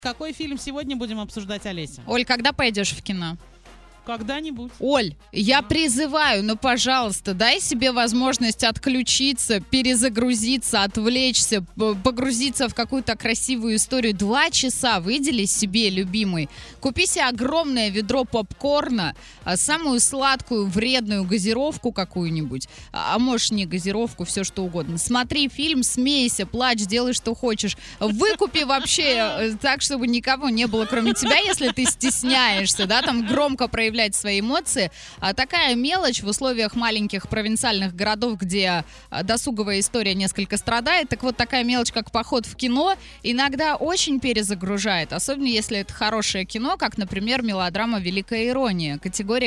Какой фильм сегодня будем обсуждать, Олеся? Оль, когда пойдешь в кино? Когда-нибудь. Оль, я призываю, ну, пожалуйста, дай себе возможность отключиться, перезагрузиться, отвлечься, погрузиться в какую-то красивую историю. 2 часа выдели себе, любимый. Купи себе огромное ведро попкорна, самую сладкую, вредную газировку какую-нибудь, а можешь не газировку, все что угодно. Смотри фильм, смейся, плачь, делай, что хочешь. Выкупи вообще так, чтобы никого не было, кроме тебя, если ты стесняешься, да, там громко проявлять свои эмоции. Такая мелочь в условиях маленьких провинциальных городов, где досуговая история несколько страдает. Так вот, такая мелочь, как поход в кино, иногда очень перезагружает. Особенно, если это хорошее кино, как, например, мелодрама «Великая ирония», категория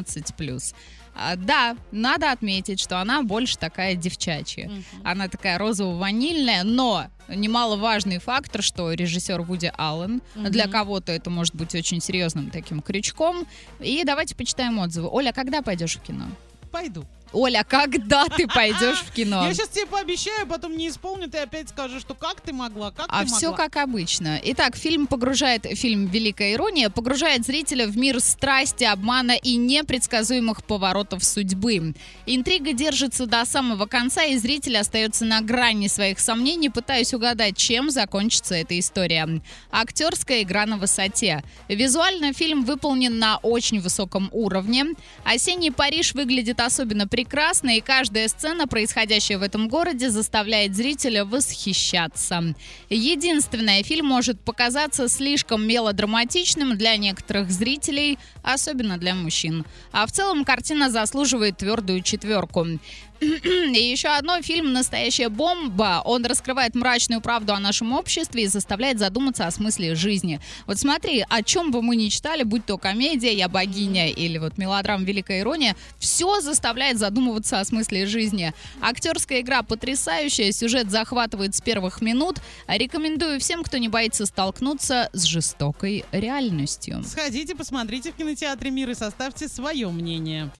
18+. Да, надо отметить, что она больше такая девчачья. Она такая розово-ванильная, но немаловажный фактор, что режиссер Вуди Аллен, для кого-то это может быть очень серьезным таким крючком. И давайте почитаем отзывы. Оля, когда пойдешь в кино? Пойду. Оля, когда ты пойдешь в кино? Я сейчас тебе пообещаю, потом не исполню, ты опять скажешь, что как ты могла, как ты могла. Все как обычно. Итак, фильм «Великая ирония» погружает зрителя в мир страсти, обмана и непредсказуемых поворотов судьбы. Интрига держится до самого конца, и зритель остается на грани своих сомнений, пытаясь угадать, чем закончится эта история. Актерская игра на высоте. Визуально фильм выполнен на очень высоком уровне. Осенний Париж выглядит особенно прекрасно, и каждая сцена, происходящая в этом городе, заставляет зрителя восхищаться. Единственное, фильм может показаться слишком мелодраматичным для некоторых зрителей, особенно для мужчин. А в целом картина заслуживает твердую 4. И еще одно, фильм «Настоящая бомба». Он раскрывает мрачную правду о нашем обществе и заставляет задуматься о смысле жизни. Вот смотри, о чем бы мы ни читали, будь то комедия «Я богиня» или вот мелодрама «Великая ирония», все заставляет задумываться о смысле жизни. Актерская игра потрясающая, сюжет захватывает с первых минут. Рекомендую всем, кто не боится столкнуться с жестокой реальностью. Сходите, посмотрите в кинотеатре «Мир» и составьте свое мнение.